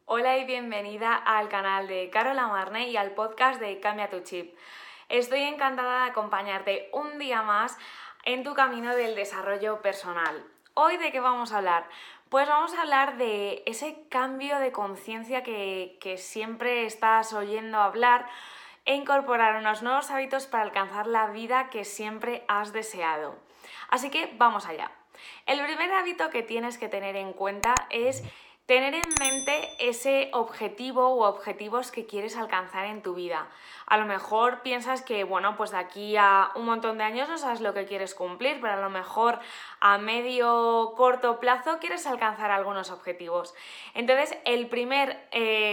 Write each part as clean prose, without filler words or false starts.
Hola y bienvenida al canal de Carola Marne y al podcast de Cambia tu Chip. Estoy encantada de acompañarte un día más en tu camino del desarrollo personal. ¿Hoy de qué vamos a hablar? Pues vamos a hablar de ese cambio de conciencia que siempre estás oyendo hablar e incorporar unos nuevos hábitos para alcanzar la vida que siempre has deseado. Así que vamos allá. El primer hábito que tienes que tener en cuenta es tener en mente ese objetivo u objetivos que quieres alcanzar en tu vida. A lo mejor piensas que, pues de aquí a un montón de años no sabes lo que quieres cumplir, pero a lo mejor a medio corto plazo quieres alcanzar algunos objetivos. Entonces, el primer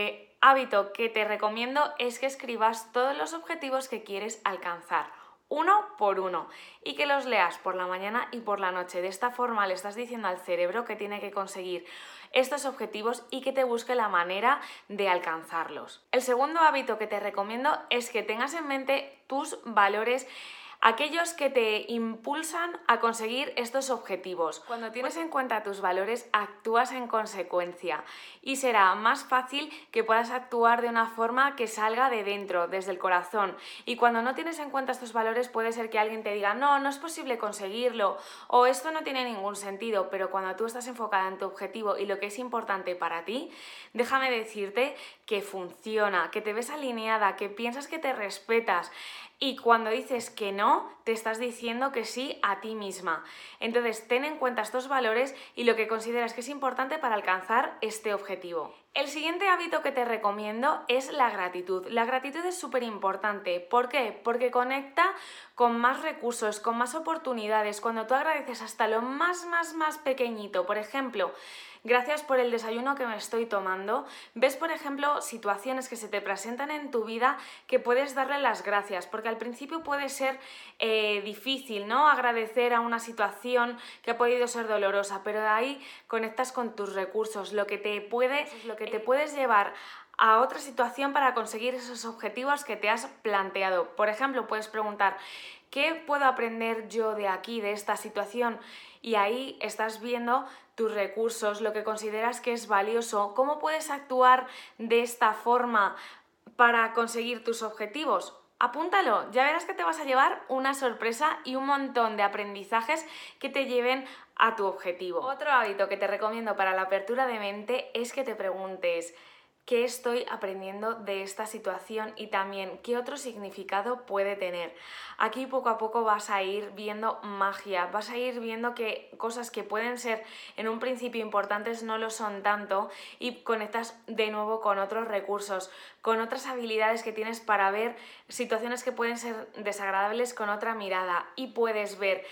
hábito que te recomiendo es que escribas todos los objetivos que quieres alcanzar, uno por uno, y que los leas por la mañana y por la noche. De esta forma le estás diciendo al cerebro que tiene que conseguir estos objetivos y que te busque la manera de alcanzarlos. El segundo hábito que te recomiendo es que tengas en mente tus valores, aquellos que te impulsan a conseguir estos objetivos. Cuando tienes en cuenta tus valores, actúas en consecuencia y será más fácil que puedas actuar de una forma que salga de dentro, desde el corazón. Y cuando no tienes en cuenta estos valores, puede ser que alguien te diga no es posible conseguirlo o esto no tiene ningún sentido, pero cuando tú estás enfocada en tu objetivo y lo que es importante para ti, déjame decirte que funciona, que te ves alineada, que piensas que te respetas. Y cuando dices que no, te estás diciendo que sí a ti misma. Entonces, ten en cuenta estos valores y lo que consideras que es importante para alcanzar este objetivo. El siguiente hábito que te recomiendo es la gratitud. La gratitud es súper importante. ¿Por qué? Porque conecta con más recursos, con más oportunidades. Cuando tú agradeces hasta lo más pequeñito, por ejemplo, gracias por el desayuno que me estoy tomando. Ves, por ejemplo, situaciones que se te presentan en tu vida que puedes darle las gracias, porque al principio puede ser difícil, ¿no? Agradecer a una situación que ha podido ser dolorosa, pero de ahí conectas con tus recursos, lo que te puedes llevar a otra situación para conseguir esos objetivos que te has planteado. Por ejemplo, puedes preguntar, ¿qué puedo aprender yo de aquí, de esta situación? Y ahí estás viendo tus recursos, lo que consideras que es valioso, cómo puedes actuar de esta forma para conseguir tus objetivos. Apúntalo, ya verás que te vas a llevar una sorpresa y un montón de aprendizajes que te lleven a tu objetivo. Otro hábito que te recomiendo para la apertura de mente es que te preguntes ¿qué estoy aprendiendo de esta situación y también qué otro significado puede tener? Aquí poco a poco vas a ir viendo magia, vas a ir viendo que cosas que pueden ser en un principio importantes no lo son tanto y conectas de nuevo con otros recursos, con otras habilidades que tienes para ver situaciones que pueden ser desagradables con otra mirada y puedes ver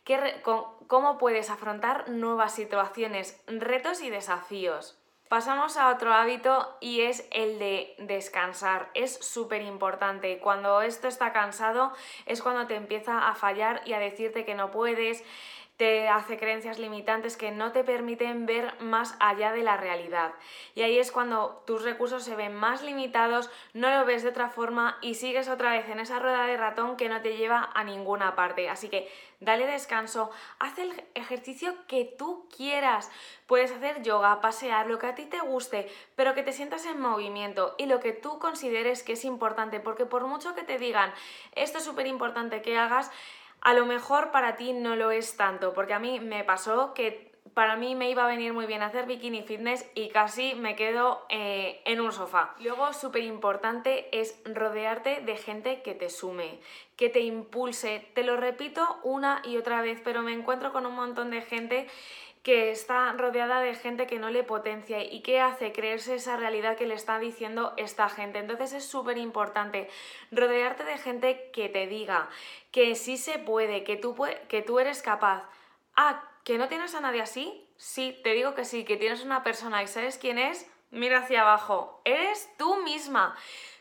cómo puedes afrontar nuevas situaciones, retos y desafíos. Pasamos a otro hábito y es el de descansar. Es súper importante. Cuando esto está cansado es cuando te empieza a fallar y a decirte que no puedes, te hace creencias limitantes que no te permiten ver más allá de la realidad. Y ahí es cuando tus recursos se ven más limitados, no lo ves de otra forma y sigues otra vez en esa rueda de ratón que no te lleva a ninguna parte. Así que dale descanso, haz el ejercicio que tú quieras. Puedes hacer yoga, pasear, lo que a ti te guste, pero que te sientas en movimiento y lo que tú consideres que es importante, porque por mucho que te digan esto es súper importante que hagas, a lo mejor para ti no lo es tanto, porque a mí me pasó que para mí me iba a venir muy bien hacer bikini fitness y casi me quedo en un sofá. Luego, súper importante es rodearte de gente que te sume, que te impulse. Te lo repito una y otra vez, pero me encuentro con un montón de gente que está rodeada de gente que no le potencia y que hace creerse esa realidad que le está diciendo esta gente. Entonces es súper importante rodearte de gente que te diga que sí se puede, que tú eres capaz. ¿Que no tienes a nadie así? Sí, te digo que sí, que tienes una persona y sabes quién es. Mira hacia abajo, eres tú misma.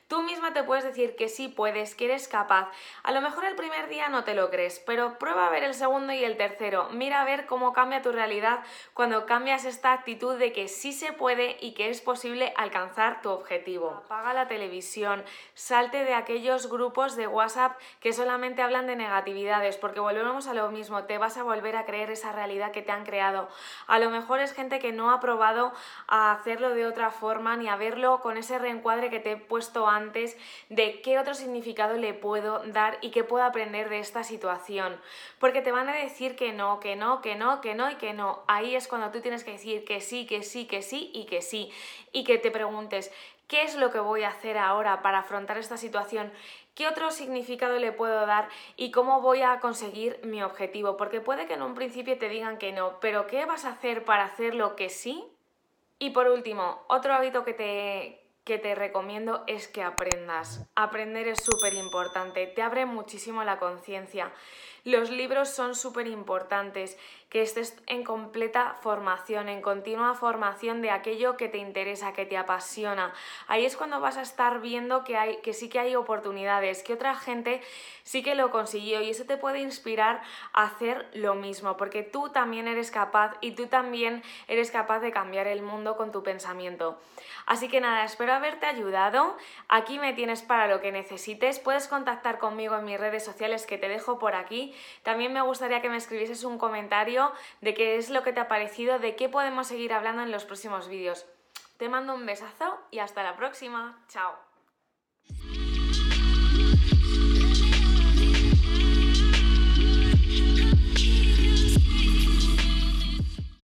Tú misma te puedes decir que sí puedes, que eres capaz. A lo mejor el primer día no te lo crees, pero prueba a ver el segundo y el tercero. Mira a ver cómo cambia tu realidad cuando cambias esta actitud de que sí se puede y que es posible alcanzar tu objetivo. Apaga la televisión, salte de aquellos grupos de WhatsApp que solamente hablan de negatividades, porque volvemos a lo mismo, te vas a volver a creer esa realidad que te han creado. A lo mejor es gente que no ha probado a hacerlo de otra forma ni a verlo con ese reencuadre que te he puesto antes de qué otro significado le puedo dar y qué puedo aprender de esta situación. Porque te van a decir que no, que no, que no, que no y que no. Ahí es cuando tú tienes que decir que sí, que sí, que sí y que sí. Y que te preguntes, ¿qué es lo que voy a hacer ahora para afrontar esta situación? ¿Qué otro significado le puedo dar y cómo voy a conseguir mi objetivo? Porque puede que en un principio te digan que no, pero ¿qué vas a hacer para hacer lo que sí? Y por último, otro hábito que te recomiendo es que aprendas. Aprender es súper importante, te abre muchísimo la conciencia. Los libros son súper importantes, que estés en completa formación, en continua formación de aquello que te interesa, que te apasiona. Ahí es cuando vas a estar viendo que sí que hay oportunidades, que otra gente sí que lo consiguió y eso te puede inspirar a hacer lo mismo, porque tú también eres capaz y tú también eres capaz de cambiar el mundo con tu pensamiento. Así que nada, espero haberte ayudado. Aquí me tienes para lo que necesites. Puedes contactar conmigo en mis redes sociales que te dejo por aquí. También me gustaría que me escribieses un comentario de qué es lo que te ha parecido, de qué podemos seguir hablando en los próximos vídeos. Te mando un besazo y hasta la próxima. Chao.